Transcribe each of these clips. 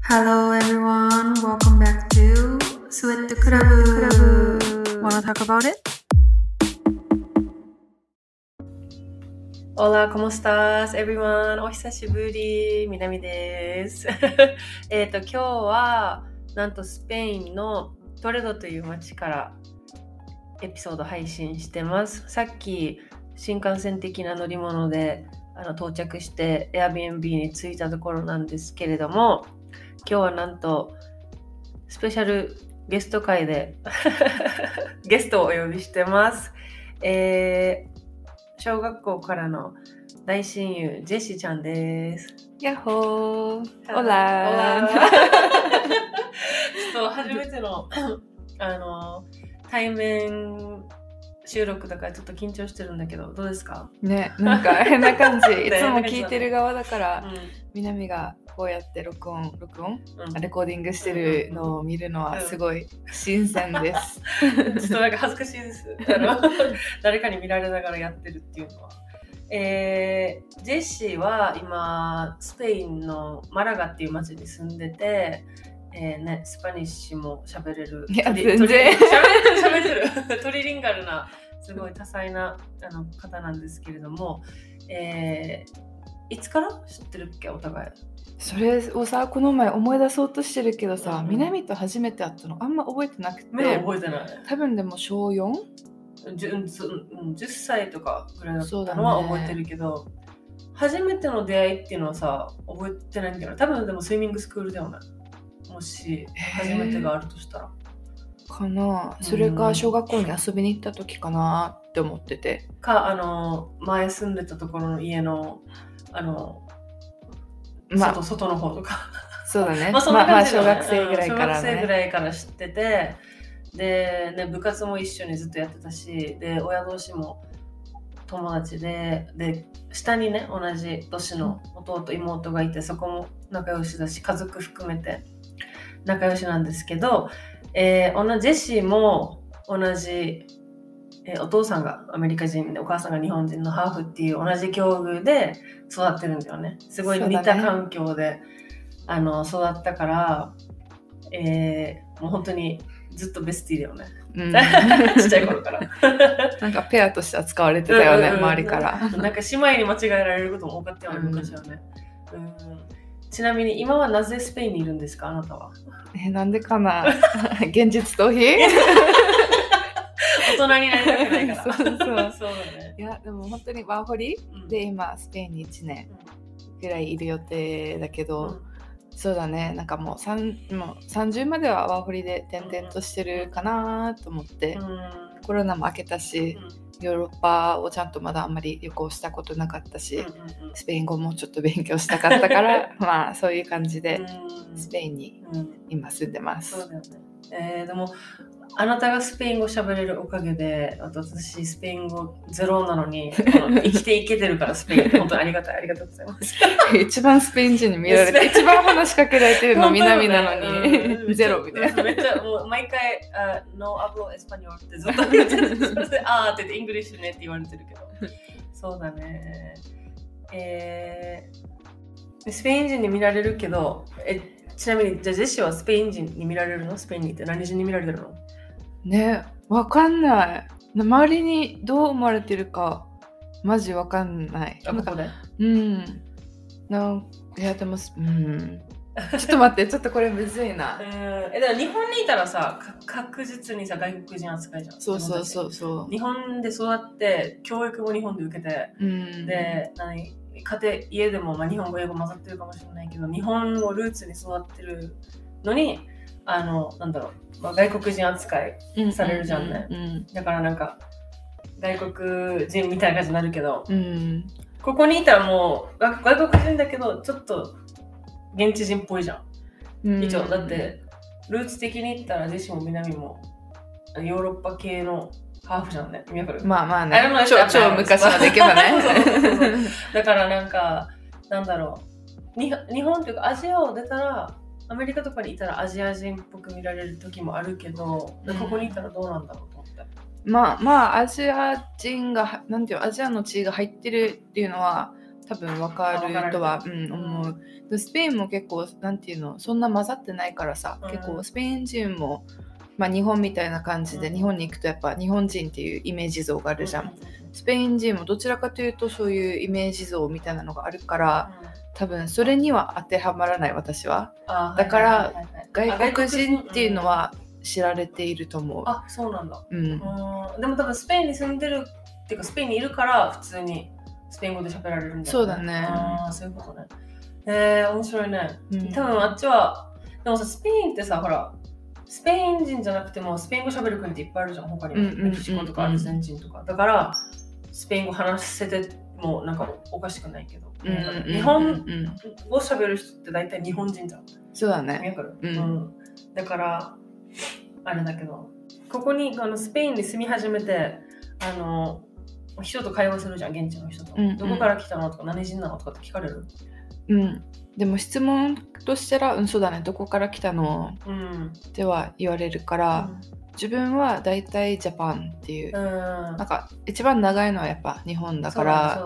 Hello everyone, welcome back to Sweat Club. Wanna talk about it? Hola, ¿cómo estás, everyone? お久しぶり、みなみです。今日はなんとスペインのトレドという町からエピソード配信してます。さっき新幹線的な乗り物で到着して Airbnb に着いたところなんですけれども、今日はなんとスペシャルゲスト会でゲストをお呼びしてます。小学校からの大親友ジェシーちゃんです。 ヤッホー、 オラちょっと初めての対面収録だからちょっと緊張してるんだけど、どうですかね、なんか変な感じいつも聞いてる側だから、みなみがこうやって録音、レコーディングしてるのを見るのはすごい新鮮です、 ちょっとなんか恥ずかしいです誰かに見られながらやってるっていうのは。ジェシーは今スペインのマラガっていう町に住んでて、スパニッシュも喋れる。 いや全然喋ってるトリリンガルなすごい多彩な方なんですけれども、いつから知ってるっけお互い。 それをさ、この前思い出そうとしてるけどさ、みなみと初めて会ったのあんま覚えてなくて。 覚えてない。 多分でも小 4?10 歳とかぐらいだったのは覚えてるけど、初めての出会いっていうのはさ覚えてないんだよね。多分でもスイミングスクールではない。もし初めてがあるとしたらかな。それか小学校に遊びに行った時かなって思ってて、 前住んでたところの家の外の方とかそうだね。 そんな感じ小学生ぐらいからね。 小学生ぐらいから知ってて、で、ね、部活も一緒にずっとやってたし、で親同士も友達で下にね同じ年の弟妹がいて、そこも仲良しだし、家族含めて仲良しなんですけど、ジェシーも同じ、お父さんがアメリカ人でお母さんが日本人のハーフっていう同じ境遇で育ってるんだよね。すごい似た環境で、育ったから、もう本当にずっとベスティだよね、ちっちゃい頃からなんかペアとして扱われてたよね、周りからなんか姉妹に間違えられることも多かったよね、昔はね。ちなみに今はなぜスペインにいるんですか、あなたは。 なんでかな現実逃避大人になりたくないからそうだね。 いやでも本当にワーホリ、で今スペインに1年ぐらいいる予定だけど、そうだね、なんかもう30まではワーホリで転々としてるかなと思って、コロナも明けたし、ヨーロッパをちゃんとまだあんまり旅行したことなかったし、スペイン語もちょっと勉強したかったからそういう感じでスペインに今住んでます。 そうだよね。でもあなたがスペイン語喋れるおかげで、私スペイン語ゼロなのに生きていけてるからスペイン本当にありがとうございます一番スペイン人に見られて一番話しかけられてるの南なのにゼロみたいな。 めっちゃもう毎回ノーアブロエスパニョルってずっと言ってるって言ってイングリッシュねって言われてるけどそうだね。スペイン人に見られるけど、ちなみにじゃあジェシーはスペイン人に見られるの？スペインに行って何人に見られてるの？ ね、わかんない。周りにどう思われてるかマジわかんない。 ここで？ いやでもちょっと待って、ちょっとこれむずいな。 だから日本にいたらさ、確実にさ外国人扱いじゃん。 そう。 日本で育って教育も日本で受けて、で家でも日本語英語混ざってるかもしれないけど、日本をルーツに育ってるのに外国人扱いされるじゃんね。だからなんか外国人みたいな感じになるけど、ここにいたらもう外国人だけどちょっと現地人っぽいじゃん。一応だってルーツ的に言ったらジェシーも南もヨーロッパ系のハーフじゃんね。 まあね、超昔まで行けばねそうだからなんか日本というかアジアを出たら、アメリカとかにいたらアジア人っぽく見られる時もあるけど、ここにいたらどうなんだろうと思って。 まあアジア人がアジアの血が入ってるっていうのは多分分かるとは、思う。でスペインも結構なんていうの、そんな混ざってないからさ、結構スペイン人も、日本みたいな感じで、日本に行くとやっぱ日本人っていうイメージ像があるじゃん。スペイン人もどちらかというとそういうイメージ像みたいなのがあるから、多分それには当てはまらない、私は。だから、外国人っていうのは知られていると思う。 あ、そうなんだ。でも多分スペインに住んでるっていうか、スペインにいるから普通にスペイン語で喋られるんだよね。 そうだね。 そういうことね。面白いね。多分あっちは、でもさ、スペインってさ、ほら、スペイン人じゃなくてもスペイン語喋る国っていっぱいあるじゃん、他にも。メキシコとかアルゼンチンとか。だから、スペイン語話せてもなんかおかしくないけど。日本語喋る人って大体日本人じゃん。 そうだね。 だから、あれだけど、ここにスペインに住み始めて、人と会話するじゃん、現地の人と。どこから来たのとか、何人なのとかって聞かれる？ でも質問としたら、そうだね、どこから来たの、っては言われるから、自分はだいたいジャパンっていう、なんか一番長いのはやっぱ日本だから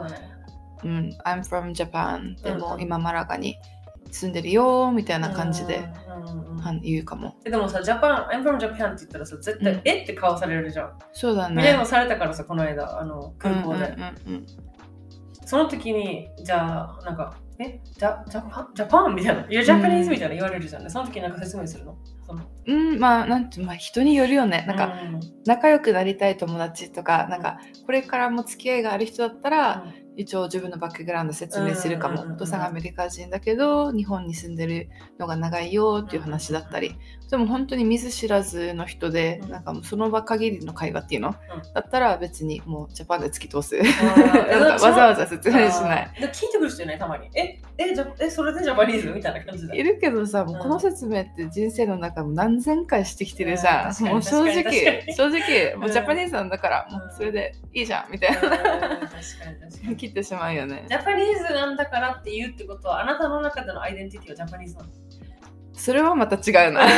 、I'm from Japan でも今マラガに住んでるよみたいな感じで言うかも。 でもさ、I'm from Japan って言ったらさ、絶対、って顔されるじゃん。 そうだね。 ミレイもされたからさ、この間、空港で。その時に、じゃあ、なんか、ジャパンみたいな、You're Japanese みたいな言われるじゃんね。その時なんか説明するの？ なんて人によるよね。なんか、仲良くなりたい友達とか、なんか、これからも付き合いがある人だったら、一応自分のバックグラウンド説明するかも。お父さんがアメリカ人だけど日本に住んでるのが長いよっていう話だったり、でも本当に見ず知らずの人で、なんかもうその場限りの会話っていうの、だったら別にもうジャパンで突き通す。わざわざ説明しない。 聞いてくる人いない？たまにそれでジャパニーズみたいな感じだ。 いるけどさ、もうこの説明って人生の中も何千回してきてるじゃん。もう正直もうジャパニーズなんだからもうそれでいいじゃんみたいな。 確かに切ってしまうよね。 ジャパニーズなんだからって言うってことは、あなたの中でのアイデンティティはジャパニーズなの？ それはまた違うな。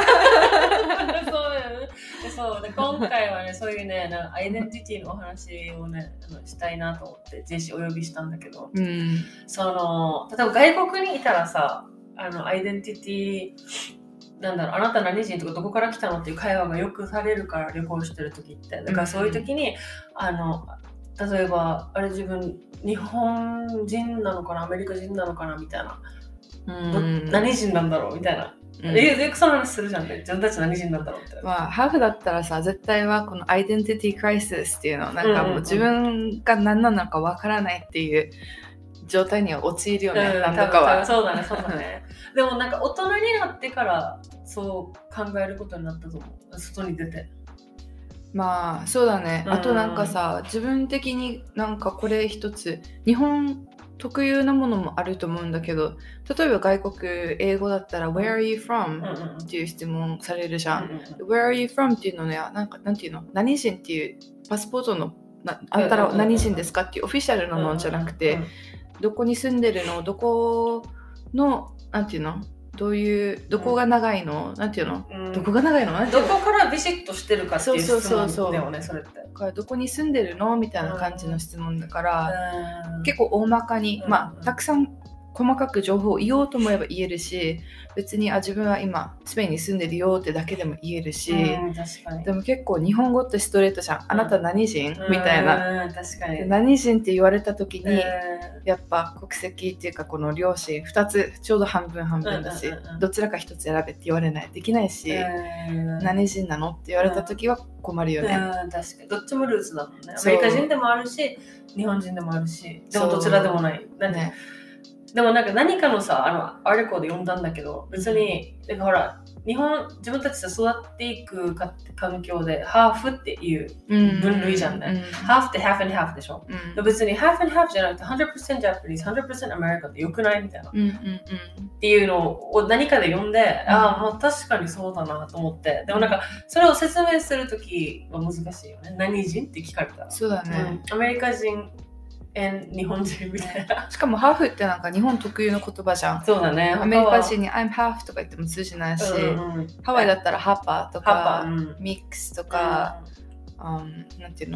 そうで今回はね、そういうね、アイデンティティのお話をねしたいなと思ってジェシーお呼びしたんだけど、例えば外国にいたらさ、アイデンティティなんだろう、あなた何人とかどこから来たのっていう会話がよくされるから、旅行してる時って。だからそういう時に例えば自分日本人なのかな、アメリカ人なのかなみたいな、何人なんだろうみたいな、よくその話するじゃんね。自分たち何人なんだろうみたいな。 ハーフだったらさ、絶対はこのアイデンティティクライシスっていうの、なんかもう自分が何なのかわからないっていう状態には陥るよね。なんとかは。 そうだね。でもなんか大人になってからそう考えることになったと思う。外に出て。 そうだね。あとなんかさ、自分的になんかこれ一つ日本特有なものもあると思うんだけど、例えば外国英語だったら Where are you from? っていう質問されるじゃん。Where are you from? っていうのね、なんていうの、何人っていうパスポートのあんたら何人ですかっていうオフィシャルなものじゃなくて、どこに住んでるの、どこのなんていうの、どこが長いの、なんていうの、どこが長いの、 どこからビシッとしてるかっていう質問だよね、それって。 どこに住んでるのみたいな感じの質問だから、結構大まかに、たくさん細かく情報を言おうと思えば言えるし、別に自分は今スペインに住んでるよってだけでも言えるし、でも結構日本語ってストレートじゃん。あなた何人みたいな。 確かに。 何人って言われた時に、やっぱ国籍っていうかこの両親2つちょうど半分半分だし、どちらか1つ選べって言われないできないし、何人なのって言われた時は困るよね。 確かに。どっちもルーツだもんね。アメリカ人でもあるし、日本人でもあるし、でもどちらでもない。でもなんか何かのさ、アーティクルで読んだんだけど、別に、なんかほら、自分たちで育っていく環境で、ハーフっていう分類じゃんね。ハーフって half and half でしょ。別に half and half じゃなくて 100% Japanese, 100% American ってよくないみたいな。っていうのを何かで読んで、もう確かにそうだなと思って。でもなんか、それを説明するときは難しいよね。何人って聞かれたら。 そうだね。 アメリカ人、日本人みたいな。 しかもハーフってなんか日本特有の言葉じゃん。 そうだね。 アメリカ人に I'm half とか言っても通じないし、ハワイだったらハッパーとか、ミックスとか、なんていうの、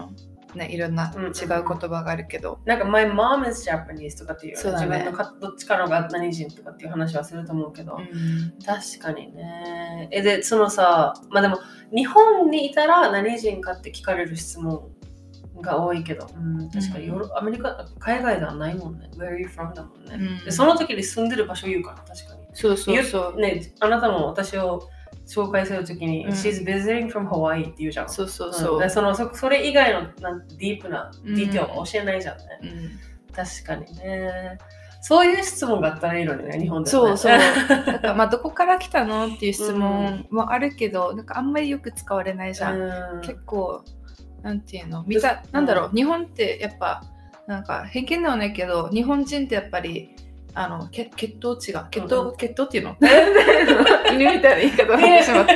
ね、いろんな違う言葉があるけど、 なんか My mom is Japanese とかっていう、 そうだね、 自分のどっちかのが何人とかっていう話はすると思うけど、確かにね。でそのさ、まあでも日本にいたら何人かって聞かれる質問が多いけど、確かにアメリカ、海外ではないもんね。Where are you from だもんね。でその時に住んでる場所言うから、確かに。 そうそうそう。 ね、あなたも私を紹介するときに、She's visiting from Hawaii って言うじゃん。 そうそうそう。 それ以外のディープなディテールを教えないじゃんね。確かにね。そういう質問があったらいいのにね、日本で、ね。 そうそう。だからまあどこから来たのっていう質問もあるけど、なんかあんまりよく使われないじゃん。結構なんていうの、なんだろう、日本ってやっぱなんか偏見ではないけど、日本人ってやっぱり血統違う。血統っていうの犬みたいな言い方をしてしまった。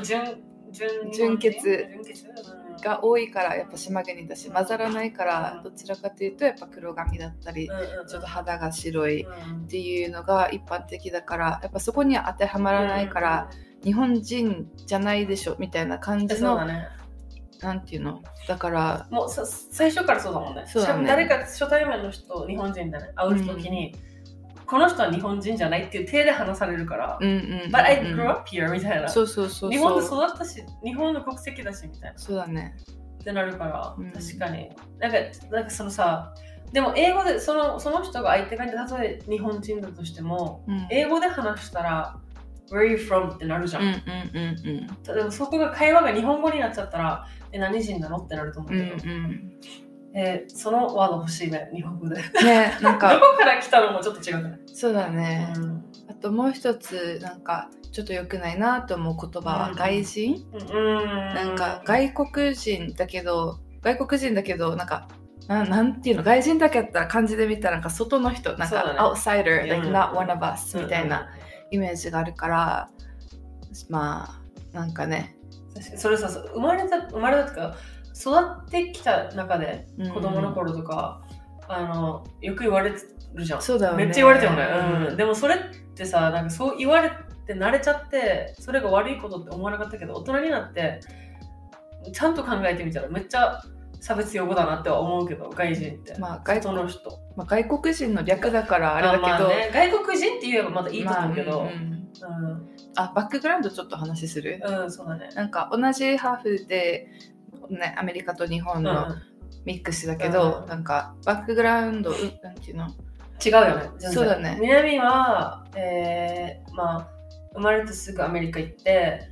純血が多いからやっぱ島国だし、混ざらないからどちらかというとやっぱ黒髪だったり、ちょっと肌が白いっていうのが一般的だから、やっぱそこには当てはまらないから、日本人じゃないでしょみたいな感じの、なんていうの、だからもう最初からそうだもんね。しかも誰か初対面の人、日本人だね、会う時に、この人は日本人じゃないっていう体で話されるから、But I grew up here みたいな。 そうそうそう。 日本で育ったし、日本の国籍だしみたいな。 そうだね。 ってなるから、確かに。なんかそのさ、でも英語でその人が相手がいて、例えば日本人だとしても、英語で話したら、Where are you from? ってなるじゃん。でもそこが会話が日本語になっちゃったら、何人なのってなると思うけど、そのワード欲しいね、日本語で。ね、なんかどこから来たのもちょっと違うね。 そうだね。あともう一つ、なんかちょっと良くないなと思う言葉は外人。なんか外国人だけど、なんかなんていうの、外人だけやったら漢字で見たらなんか外の人、なんか outsider, like not one of us みたいなイメージがあるから、まあなんかね。 それさ、生まれたとか育ってきた中で、子供の頃とか、よく言われるじゃん。 そうだよね。 めっちゃ言われてるよね。でもそれってさ、なんかそう言われて慣れちゃって、それが悪いことって思わなかったけど、大人になってちゃんと考えてみたらめっちゃ差別用語だなっては思うけど、外人って。外の人。 外国人の略だからあれだけど、 外国人って言えばまだいいと思うけど。 バックグラウンドちょっと話する。 そうだね。 なんか同じハーフで、ね、アメリカと日本のミックスだけど、なんかバックグラウンド、なんていうの？ 違うよね。 そうだね。 南は、まあ生まれてすぐアメリカ行って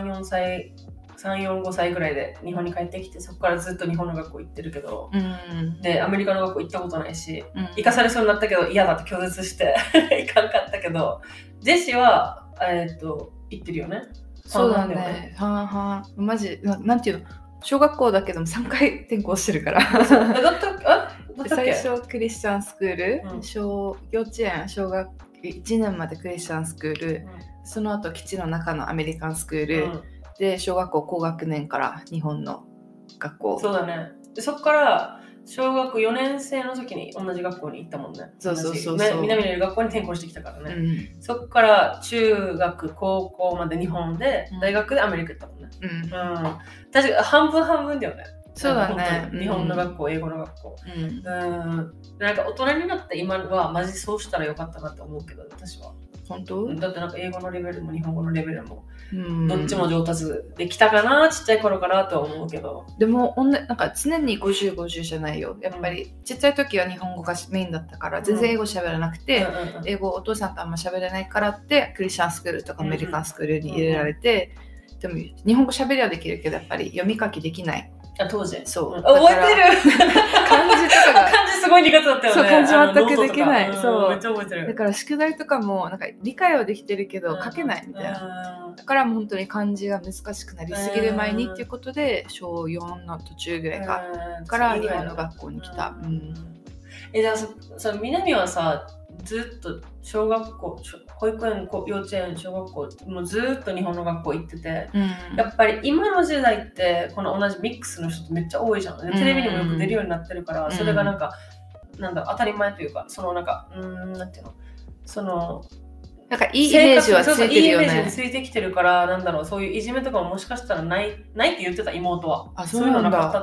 3、4、5歳ぐらいで日本に帰ってきて、そこからずっと日本の学校行ってるけど、でアメリカの学校行ったことないし、行かされそうになったけど嫌だって拒絶して行かんかったけど、ジェシーは行ってるよね。 そうだね。マジなんていうの、小学校だけども3回転校してるから最初クリスチャンスクール、幼稚園、小学1年までクリスチャンスクール、その後基地の中のアメリカンスクール、で小学校高学年から日本の学校。 そうだね。でそこから小学4年生の時に同じ学校に行ったもんね。 そう南のいる学校に転校してきたからね。そこから中学高校まで日本で、大学でアメリカ行ったもんね。確か半分半分だよね。 そうだね。 日本の学校、英語の学校。なんか大人になって今はマジそうしたらよかったなって思うけど、私は。 本当？ だってなんか英語のレベルも日本語のレベルもどっちも上達できたかな、ちっちゃい頃からとは思うけど。 でもなんか常に50、50じゃないよ。やっぱりちっちゃい時は日本語がメインだったから全然英語喋らなくて、英語お父さんとあんま喋れないからってクリスチャンスクールとかアメリカンスクールに入れられて、でも日本語喋りはできるけどやっぱり読み書きできない。 当時そう、 覚えてる漢字とかが漢字すごい苦手だったよね。 そう、漢字全くできない。そう、 めっちゃ覚えてる。 だから宿題とかもなんか理解はできてるけど書けないみたいな。だからもう本当に漢字が難しくなりすぎる前にっていうことで小4の途中ぐらいから日本の学校に来た。 じゃあその南はさ、ずっと小学校、保育園、幼稚園、小学校もうずっと日本の学校行ってて、やっぱり今の時代ってこの同じミックスの人ってめっちゃ多いじゃん。テレビにもよく出るようになってるから、それがなんか、なんだ当たり前というか、そのなんかなんていうの、そのなんかいいイメージはついてるよね。 いいイメージについてきてるから、なんだろう、そういういじめとかももしかしたらないって言ってた、妹は。 あ、そういうのなかったって。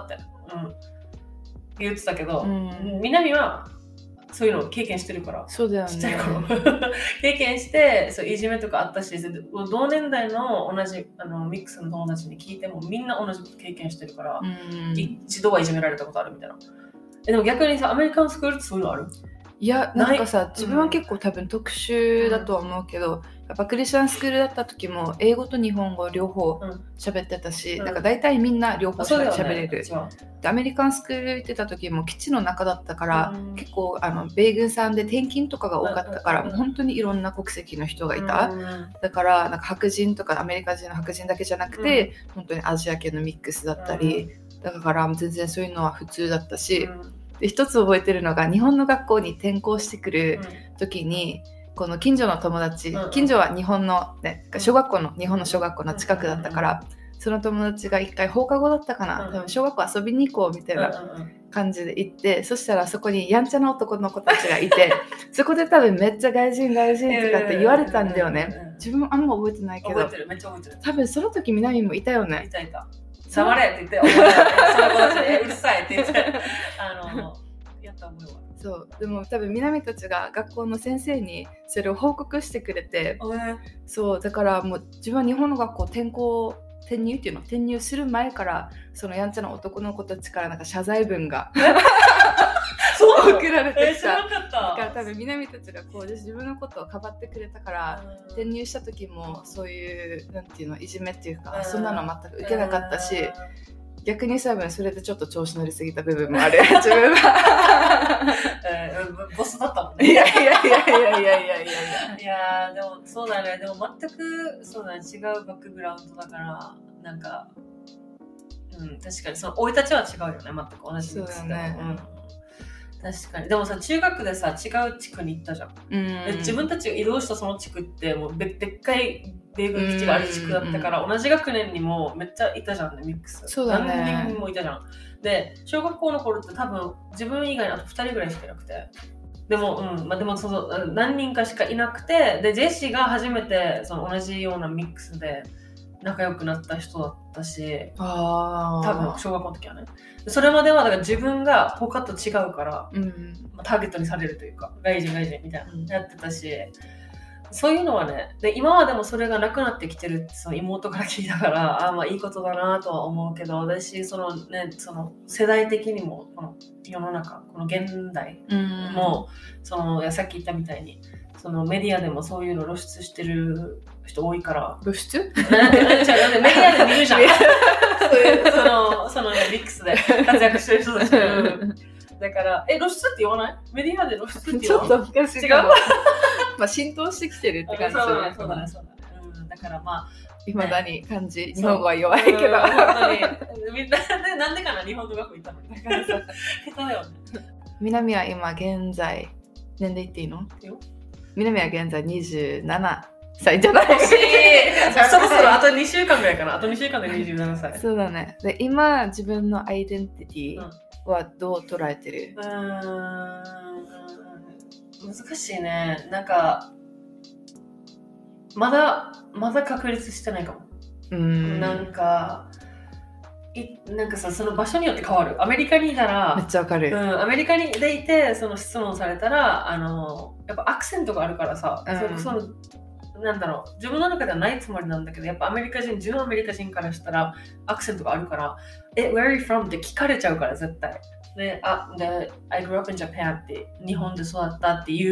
言ってたけど、 うん、 南はそういうのを経験してるから、 そうだよね。 ちっちゃい頃経験してそういじめとかあったし、同年代の同じミックスの友達に聞いてもみんな同じこと経験してるから、一度はいじめられたことあるみたいな。でも逆にさ、アメリカンスクールってそういうのある？ いや、なんかさ、自分は結構多分特殊だとは思うけど、やっぱクリスチャンスクールだった時も英語と日本語両方喋ってたし、なんか大体みんな両方喋れる。でアメリカンスクール行ってた時も基地の中だったから、結構米軍さんで転勤とかが多かったから、本当にいろんな国籍の人がいた。だからなんか白人とかアメリカ人の白人だけじゃなくて、本当にアジア系のミックスだったり、だから全然そういうのは普通だったし、で一つ覚えてるのが日本の学校に転校してくる時に、この近所の友達、近所は日本の、ね、日本の小学校の近くだったから、その友達が一回放課後だったかな、多分小学校遊びに行こうみたいな感じで行って、そしたらそこにやんちゃな男の子たちがいてそこで多分めっちゃ外人とかって言われたんだよね。自分あんま覚えてないけど、 めっちゃ覚えてる。 多分その時南もいたよね。 いた触れって言って、その子たちうるさいって言ってやった覚えは。 そう、でも多分南たちが学校の先生にそれを報告してくれて、そうだからもう自分は日本の学校転入する前からそのやんちゃな男の子たちからなんか謝罪文が送られてきた。だから多分南たちがこう自分のことをかばってくれたから、転入した時もそういうなんていうのいじめっていうか、そんなの全く受けなかったし、逆に多分それでちょっと調子乗りすぎた部分もある自分はボスだったもんね。 いやでもそうだね。でも全くそうだね、違うバックグラウンドだからなんか、確かにその生い立ちは違うよね、全く同じミックスで。確かに。でもさ、中学でさ、違う地区に行ったじゃん。自分たちが移動したその地区ってもうでっかい米軍基地がある地区だったから、同じ学年にもめっちゃいたじゃんね、ミックス。 そうだね。 何人もいたじゃん。で、小学校の頃って多分自分以外あと2人ぐらいしかいなくて。でも、でもその何人かしかいなくて、で、ジェシーが初めてその同じようなミックスで仲良くなった人だったし、多分小学校の時はね。それまではだから自分が他と違うから、ターゲットにされるというか、外人みたいなやってたし、そういうのはね、で今はでもそれがなくなってきてるってその妹から聞いたから、まあいいことだなとは思うけど、私その世代的にもこの世の中、この現代も、さっき言ったみたいにそのメディアでもそういうの露出してる人多いから。 露出？ メディアで見るじゃん。そのミックスで活躍してる人たち。だから露出って言わない？メディアで露出って言わない？ ちょっと難しい。違う。まあ浸透してきてるって感じですよね。 そうだね。だからまあ未だに漢字、日本語は弱いけど。 本当にみんななんでかな、日本語学校行ったのに。だからさ、下手だよね。 南は今現在年齢言っていいの？南は現在27歳じゃないそろそろあと2週間ぐらいかな。あと2週間で27歳。 そうだね。で今自分のアイデンティティはどう捉えてる？ 難しいね。なんかまだ確立してないかも。なんかさ、その場所によって変わる。アメリカにいたらめっちゃわかる。 アメリカにでいてその質問されたらやっぱアクセントがあるからさ、なんだろう、自分の中ではないつもりなんだけど、やっぱ純アメリカ人からしたらアクセントがあるからWhere are you from? って聞かれちゃうから絶対。で、I grew up in Japan って日本で育ったっていう、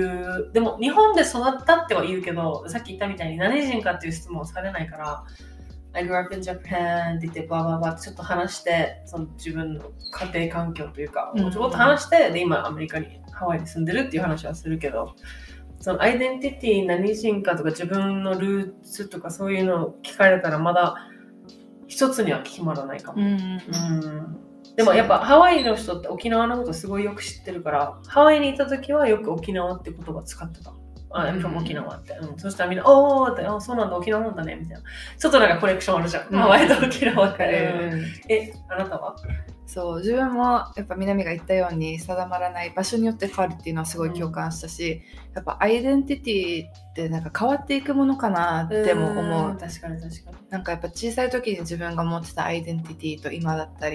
でも日本で育ったっては言うけど、さっき言ったみたいに何人かっていう質問されないから、I grew up in Japan って言ってバーバーバーってちょっと話して、その自分の家庭環境というか、ちょっと話して、で今アメリカにハワイに住んでるっていう話はするけど、そのアイデンティティ何人かとか自分のルーツとかそういうのを聞かれたらまだ一つには決まらないかも。でもやっぱハワイの人って沖縄のことすごいよく知ってるから、ハワイにいた時はよく沖縄って言葉使ってた。I'm from 沖縄って。そしたらみんな、おーって、そうなんだ、沖縄なんだね、みたいな。ちょっとなんかコレクションあるじゃん。ハワイと沖縄って。あなたは？ そう、自分もやっぱ南が言ったように定まらない場所によって変わるっていうのはすごい共感したし、やっぱアイデンティティってなんか変わっていくものかなっても思う。 確かに。 なんかやっぱ小さい時に自分が持ってたアイデンティティと今だったり、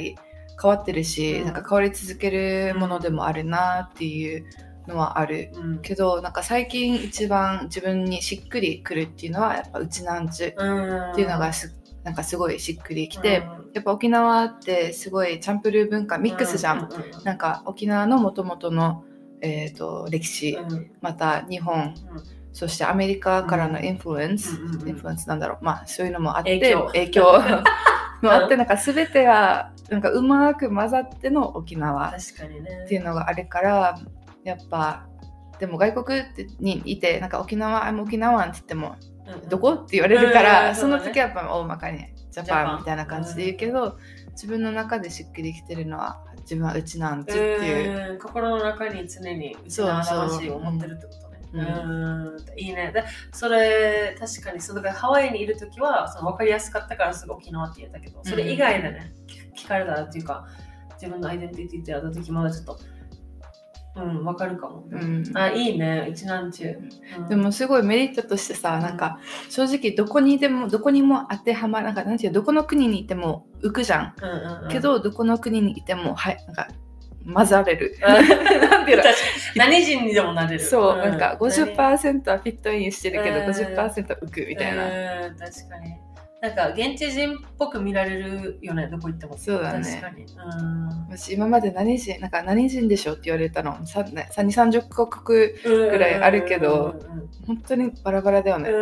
変わってるし、 うんなんか変わり続けるものでもあるなっていうのはある、けどなんか最近一番自分にしっくりくるっていうのはやっぱうちなんちゅっていうのがなんかすごいしっくりきて、やっぱ沖縄ってすごいチャンプルー文化ミックスじゃん、なんか沖縄の元々の、歴史、また日本、そしてアメリカからのインフルエンスなんだろう、まあそういうのもあって影響もあってなんか全てがなんかうまく混ざっての沖縄っていうのがあるから、やっぱでも外国にいてなんか沖縄って言ってもどこって言われるから、その時はやっぱ大まかにジャパンみたいな感じで言うけど、自分の中でしっくりきてるのは自分はうちなんちっていう、 心の中に常にうちの魂を持ってるってことね。いいね。でそれ確かにそうだからハワイにいるときはその分かりやすかったからすぐ沖縄って言えたけど、それ以外でね、聞かれたらっていうか自分のアイデンティティってやったときまだちょっと分かるかも、いいね、うちなんちゅう、 でもすごいメリットとしてさ、なんか正直どこにも当てはまらなんていうどこの国にいても浮くじゃん、けどどこの国にいてもなんか混ざれるなんていうの何人にでもなれる。 そう、なんか 50% はフィットインしてるけど 50% 浮くみたいな。 確かに。なんか現地人っぽく見られるよね、どこ行っても。 そうだね。 確かに。 私今まで何人でしょって言われたの30カ国ぐらいあるけど、本当にバラバラだよね。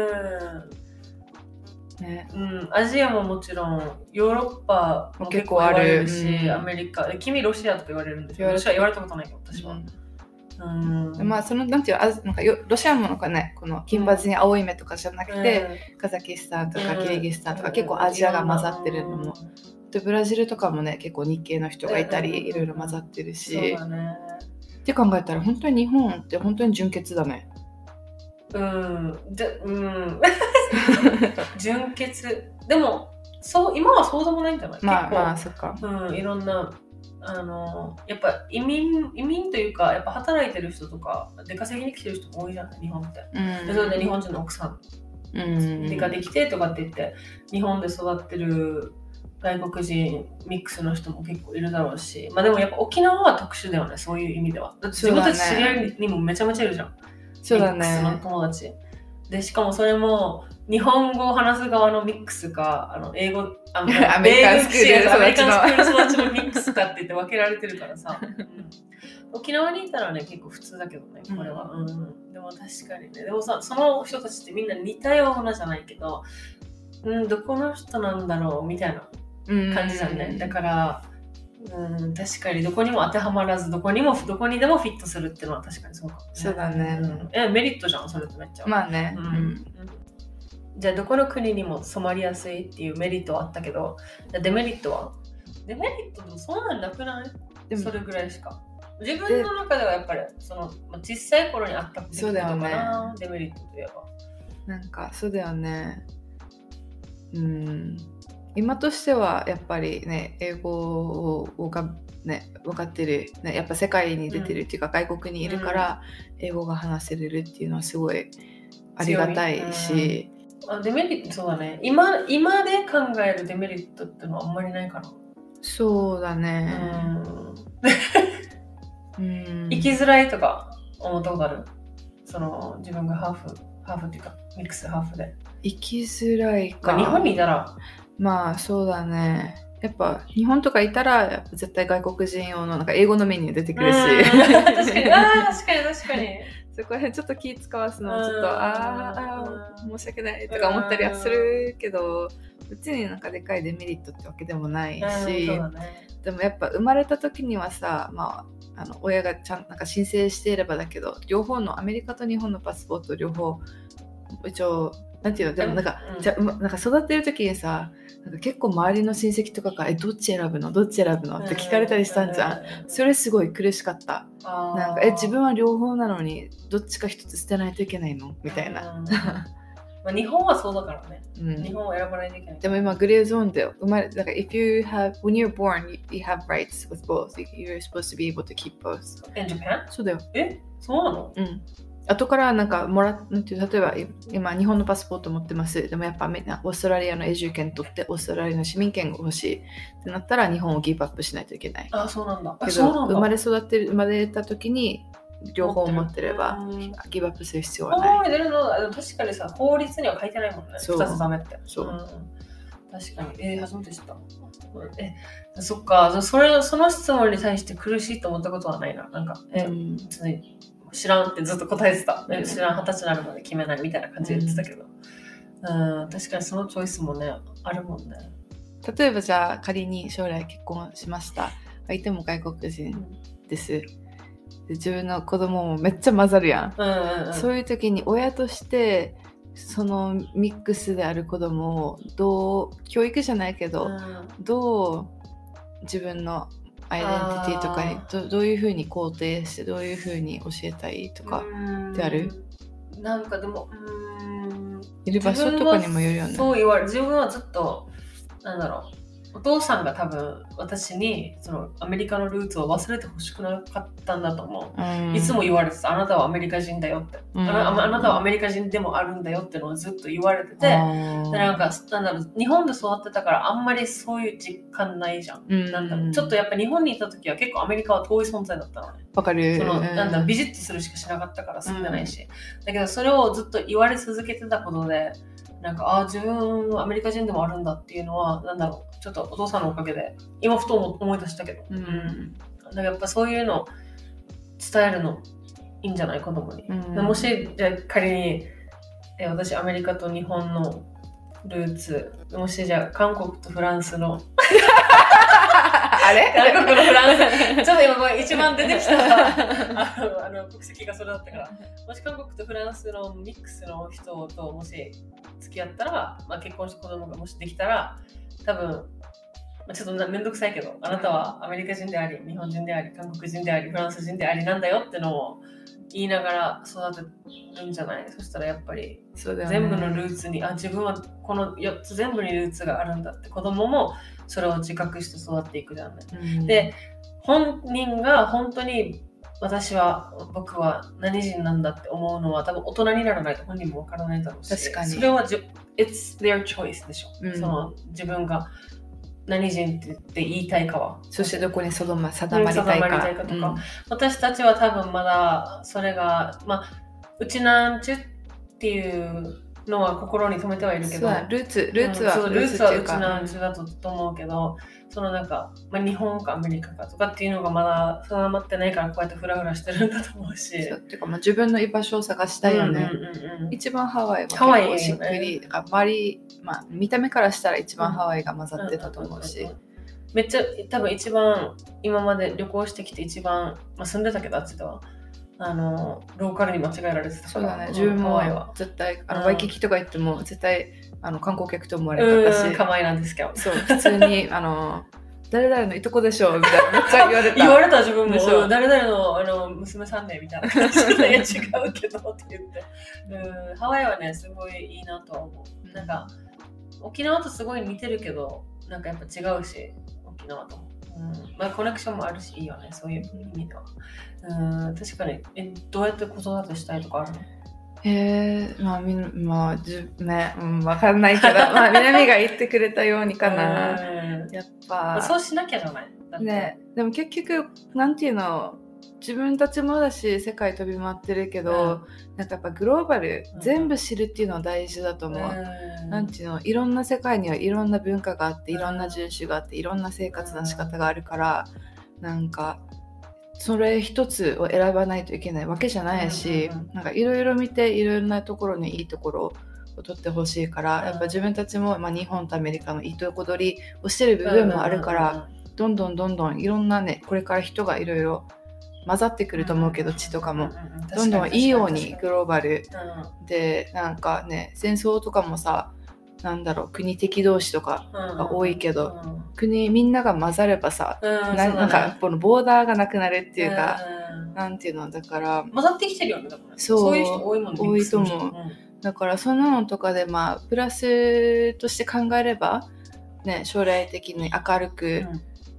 アジアももちろん、ヨーロッパも結構言われるし、アメリカ、君ロシアとか言われるんですよ。ロシア言われたことないけど、私は。 まあそのなんていうなんかロシアもなんかね、この金髪に青い目とかじゃなくて、カザキスタンとかキリギスタンとか結構アジアが混ざってるのも、でブラジルとかもね結構日系の人がいたり、いろいろ混ざってるし、って考えたら本当に日本って本当に純血だね。 純血でも今はそうでもないんじゃない？ まあそっか。 いろんなやっぱ移民というかやっぱ働いてる人とか出稼ぎに来てる人も多いじゃない日本って、でそれで日本人の奥さんができてとかって言って日本で育ってる外国人ミックスの人も結構いるだろうし、まあでもやっぱ沖縄は特殊だよね、そういう意味では。だって自分たち知り合いにもめちゃめちゃいるじゃん、 そうだね、 ミックスの友達で、しかもそれも日本語を話す側のミックスか英語アメリカンスクール育ちのミックスかって言って分けられてるからさ、沖縄にいたらね結構普通だけどねこれは、でも確かにね、でもさその人たちってみんな似たようなじゃないけど、どこの人なんだろうみたいな感じだね、だから確かにどこにも当てはまらずどこにでもフィットするっていうのは確かにそうかも、ね、 そうだね、 メリットじゃんそれってめっちゃ。 まあね、 じゃあどこの国にも染まりやすいっていうメリットはあったけど、デメリットは？デメリットでもそんなになくない？でもそれぐらいしか。自分の中ではやっぱり小さい頃にあったことかな、デメリットといえば。 なんかそうだよね。今としてはやっぱりね英語がね分かってる、ね、やっぱ世界に出てるっていうか、外国にいるから英語が話せれるっていうのはすごいありがたいし、 デメリットそうだね、今で考えるデメリットってのはあんまりないかな。 そうだね。 生きづらいとか思ったことある？自分がハーフっていうかミックスハーフで生きづらいか、 日本にいたらまあそうだね、やっぱ日本とかいたらやっぱ絶対外国人用のなんか英語のメニュー出てくるし、 確かにそこら辺ちょっと気使わすのはちょっと申し訳ないとか思ったりはするけど、うちになんかでかいデメリットってわけでもないし、でもやっぱ生まれた時にはさ、まあ、親がちゃんなんか申請していればだけど、両方のアメリカと日本のパスポート両方一応なんていうの、でもなんか、なんか育ってる時にさ、なんか結構周りの親戚とかがどっち選ぶのって聞かれたりしたんじゃん。それすごい苦しかった。なんか自分は両方なのにどっちか一つ捨てないといけないのみたいな。 まあ、日本はそうだからね、日本を選ばないといけない。 でも今グレーゾーンで生まれ、だから when you're born you have rights with both. You're supposed to be able to keep both. In Japan? そうだよ。 そうなの？ 後からなんかなんていう、例えば今日本のパスポート持ってます。でもやっぱみんなオーストラリアの永住権取ってオーストラリアの市民権が欲しいってなったら日本をギブアップしないといけない。 あ、そうなんだ。 けど生まれた時に両方持ってればギブアップする必要はない。 確かにさ、法律には書いてないもんね。2つダメって。 そう。 確かに。初めて知った。そっか。その質問に対して苦しいと思ったことはないな。なんか、知らんってずっと答えてた。知らん、20歳になるまで決めないみたいな感じで言ってたけど。確かにそのチョイスもね、あるもんね。 例えばじゃあ仮に将来結婚しました。相手も外国人です。で自分の子供もめっちゃ混ざるやん。そういう時に親としてそのミックスである子供をどう教育じゃないけど、どう自分のアイデンティティとかにどういうふうに肯定してどういうふうに教えたいとかってある？ なんかでもいる場所とかにもよるよね。 そう言われ、自分はずっとなんだろう、お父さんが多分私にそのアメリカのルーツを忘れてほしくなかったんだと思う。いつも言われてた、あなたはアメリカ人だよって、あなたはアメリカ人でもあるんだよってのをずっと言われてて、でなんかなんだろう、日本で育ってたからあんまりそういう実感ないじゃん。なんだろう、ちょっとやっぱ日本にいた時は結構アメリカは遠い存在だったのね。 わかる。 そのなんだビジットするしかしなかったから住んでないし、だけどそれをずっと言われ続けてたことで、なんか自分はアメリカ人でもあるんだっていうのはなんだろう、ちょっとお父さんのおかげで今ふと思い出したけど、だからやっぱそういうの伝えるのいいんじゃない、子供に。もしじゃあ仮に私アメリカと日本のルーツ、もしじゃあ韓国とフランスのあれ韓国のフランスちょっと今一番出てきた国籍がそれだったから、もし韓国とフランスのミックスの人ともし付き合ったら、結婚して子供がもしできたら、多分ちょっとめんどくさいけど、あなたはアメリカ人であり日本人であり韓国人でありフランス人でありなんだよってのを言いながら育てるんじゃない？そしたらやっぱり全部のルーツに、自分はこの4つ全部にルーツがあるんだって、子供もそれを自覚して育っていくじゃんね。で、本人が本当に僕は何人なんだって思うのは多分大人にならないと本人もわからないだろうし、 確かにそれはIt's their choice でしょ、その自分が何人って言いたいかは、 そしてどこに定まりたいかとか、私たちは多分まだそれがうちなんちゅっていうのは心に留めてはいるけど、 ルーツはうちなんちゅだと思うけど、そのなんか、日本かアメリカかとかっていうのがまだ定まってないからこうやってフラフラしてるんだと思うし、 っていうか自分の居場所を探したいよね。一番ハワイは結構しっくり、周り、見た目からしたら一番ハワイが混ざってたと思うし、 めっちゃ多分一番今まで旅行してきて一番、住んでたけどあっちではローカルに間違えられてたから。 そうだね、自分も絶対ワイキキとか行っても絶対観光客と思われたし、 構いなんですけど、 そう普通に誰々のいとこでしょみたいなめっちゃ言われた言われた、自分も誰々の娘さんねみたいな感じで違うけどって言ってハワイはねすごいいいなとは思う。なんか沖縄とすごい似てるけどなんかやっぱ違うし、沖縄ともコネクションもあるしいいよね、そういう意味では。確かにどうやって子育てしたいとかあるの？わかんないけど南が言ってくれたようにかな。やっぱそうしなきゃじゃないね。でも結局なんていうの、自分たちもだし世界飛び回ってるけど、なんかやっぱグローバル、全部知るっていうのは大事だと思う。なんていうの、いろんな世界にはいろんな文化があって、いろんな人種があって、いろんな生活の仕方があるから、なんかそれ一つを選ばないといけないわけじゃないし、なんかいろいろ見ていろんなところにいいところを取ってほしいから、やっぱ自分たちも、日本とアメリカのいいとこ取りをしてる部分もあるから、どんどんいろんなね、これから人がいろいろ混ざってくると思うけど、血とかもどんどんいいようにグローバルで、なんかね、戦争とかもさ、なんだろう、国敵同士とかが多いけど、みんなが混ざればさ、なんかこのボーダーがなくなるっていうか、なんていうの、だから混ざってきてるよね。そういう人多いもんね。 多いと思う。だからそんなのとかでプラスとして考えればね、将来的に明るく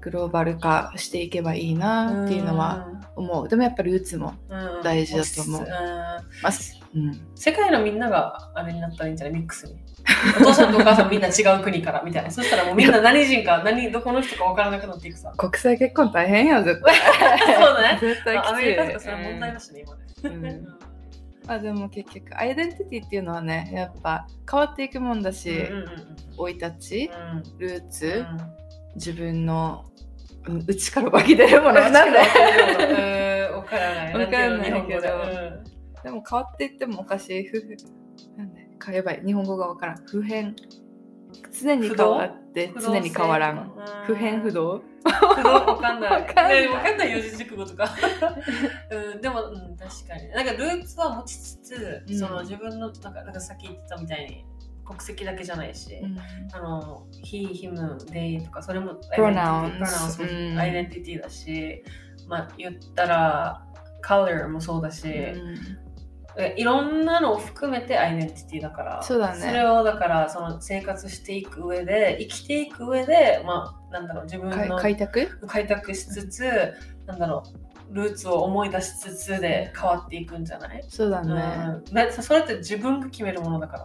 グローバル化していけばいいなっていうのは思う。でもやっぱりルーツも大事だと思う。 世界のみんながあれになったらいいんじゃない？ミックスに。お父さんとお母さんみんな違う国からみたいな。そしたらもうみんな何人かどこの人か分からなくなっていくさ。 国際結婚大変よ絶対。 そうだね。 絶対きつい。 アメリカとかそれは問題だしね今ね。 でも結局アイデンティティっていうのはねやっぱ変わっていくもんだし、生い立ち、ルーツ、自分の内から湧き出るものなんで分からないけど、 でも変わっていってもおかしいなんでやばい日本語が分からん。普遍常に変わって常に変わらん。普遍不動分かんない四字熟語とかでも、確かになんかルーツは持ちつつ、その自分のなんかさっき言ってたみたいに国籍だけじゃないし、he, him, they とかそれもプロナウンスアイデンティティだし、言ったら color もそうだし、いろんなのを含めてアイデンティティだから、 そうだね。 それをだからその生活していく上で生きていく上でなんだろう自分の開拓しつつルーツを思い出しつつで変わっていくんじゃない？ そうだね。 それって自分が決めるものだから。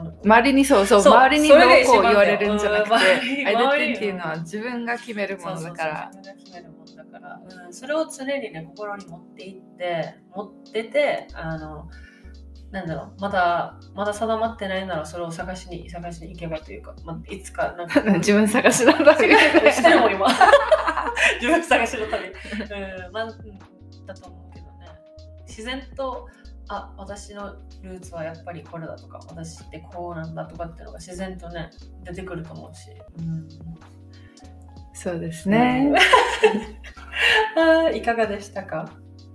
周りに周りにどうこう言われるんじゃなくて、アイデンティティっていうのは自分が決めるものだから。 自分が決めるものだから、それを常にね心に持っててなんだろうまだ定まってないならそれを探しに行けばというか、いつかなんか自分探しなんだしてるもん今自分探しの旅だと思うけどね。自然と私のルーツはやっぱりこれだとか私ってこうなんだとかっていうのが自然とね出てくると思うし、 そうですね。 いかがでしたか？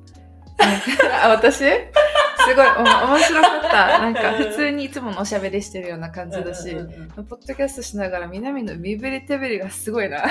私すごい面白かった。なんか普通にいつものおしゃべりしてるような感じだし、ポッドキャストしながら南の身振り手振りがすごいな。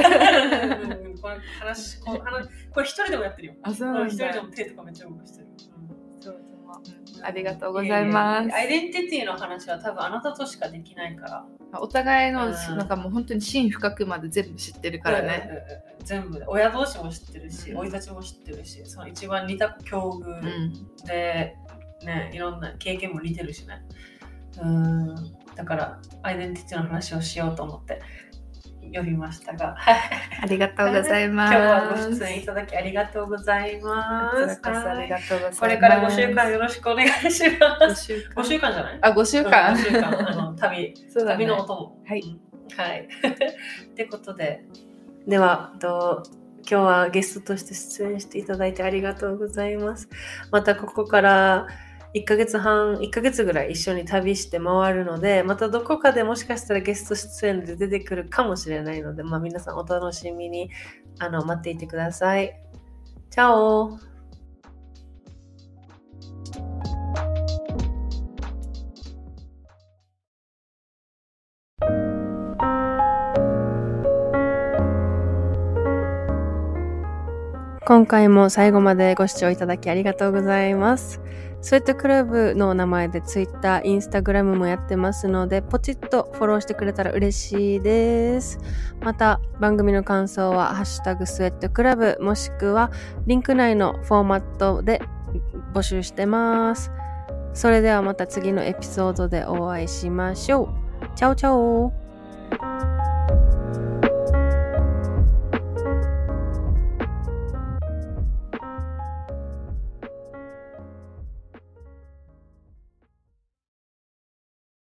これ一人でもやってるよ。 そうなんだ。 一人でも手とかめっちゃ動かしてる。 ありがとうございます。 アイデンティティの話は多分あなたとしかできないから。 お互いのなんかもう本当に真深くまで全部知ってるからね。 全部で親同士も知ってるし、生い立ちも知ってるし、その一番似た境遇で、ね、いろんな経験も似てるしね。だからアイデンティティの話をしようと思って呼びましたがありがとうございます。 今日はご出演いただきありがとうございます。 ありがとうございます。 これから5週間よろしくお願いします。5週間じゃない？ 5週間。 5週間旅のお供。 はい。 ってことでは今日はゲストとして出演していただいてありがとうございます。またここから1ヶ月ぐらい一緒に旅して回るので、またどこかでもしかしたらゲスト出演で出てくるかもしれないので、皆さんお楽しみに待っていてください。チャオ。今回も最後までご視聴いただきありがとうございます。スウェットクラブの名前で Twitter、Instagram もやってますので、ポチッとフォローしてくれたら嬉しいです。また、番組の感想はハッシュタグスウェットクラブもしくはリンク内のフォーマットで募集してます。それではまた次のエピソードでお会いしましょう。チャオチャオ。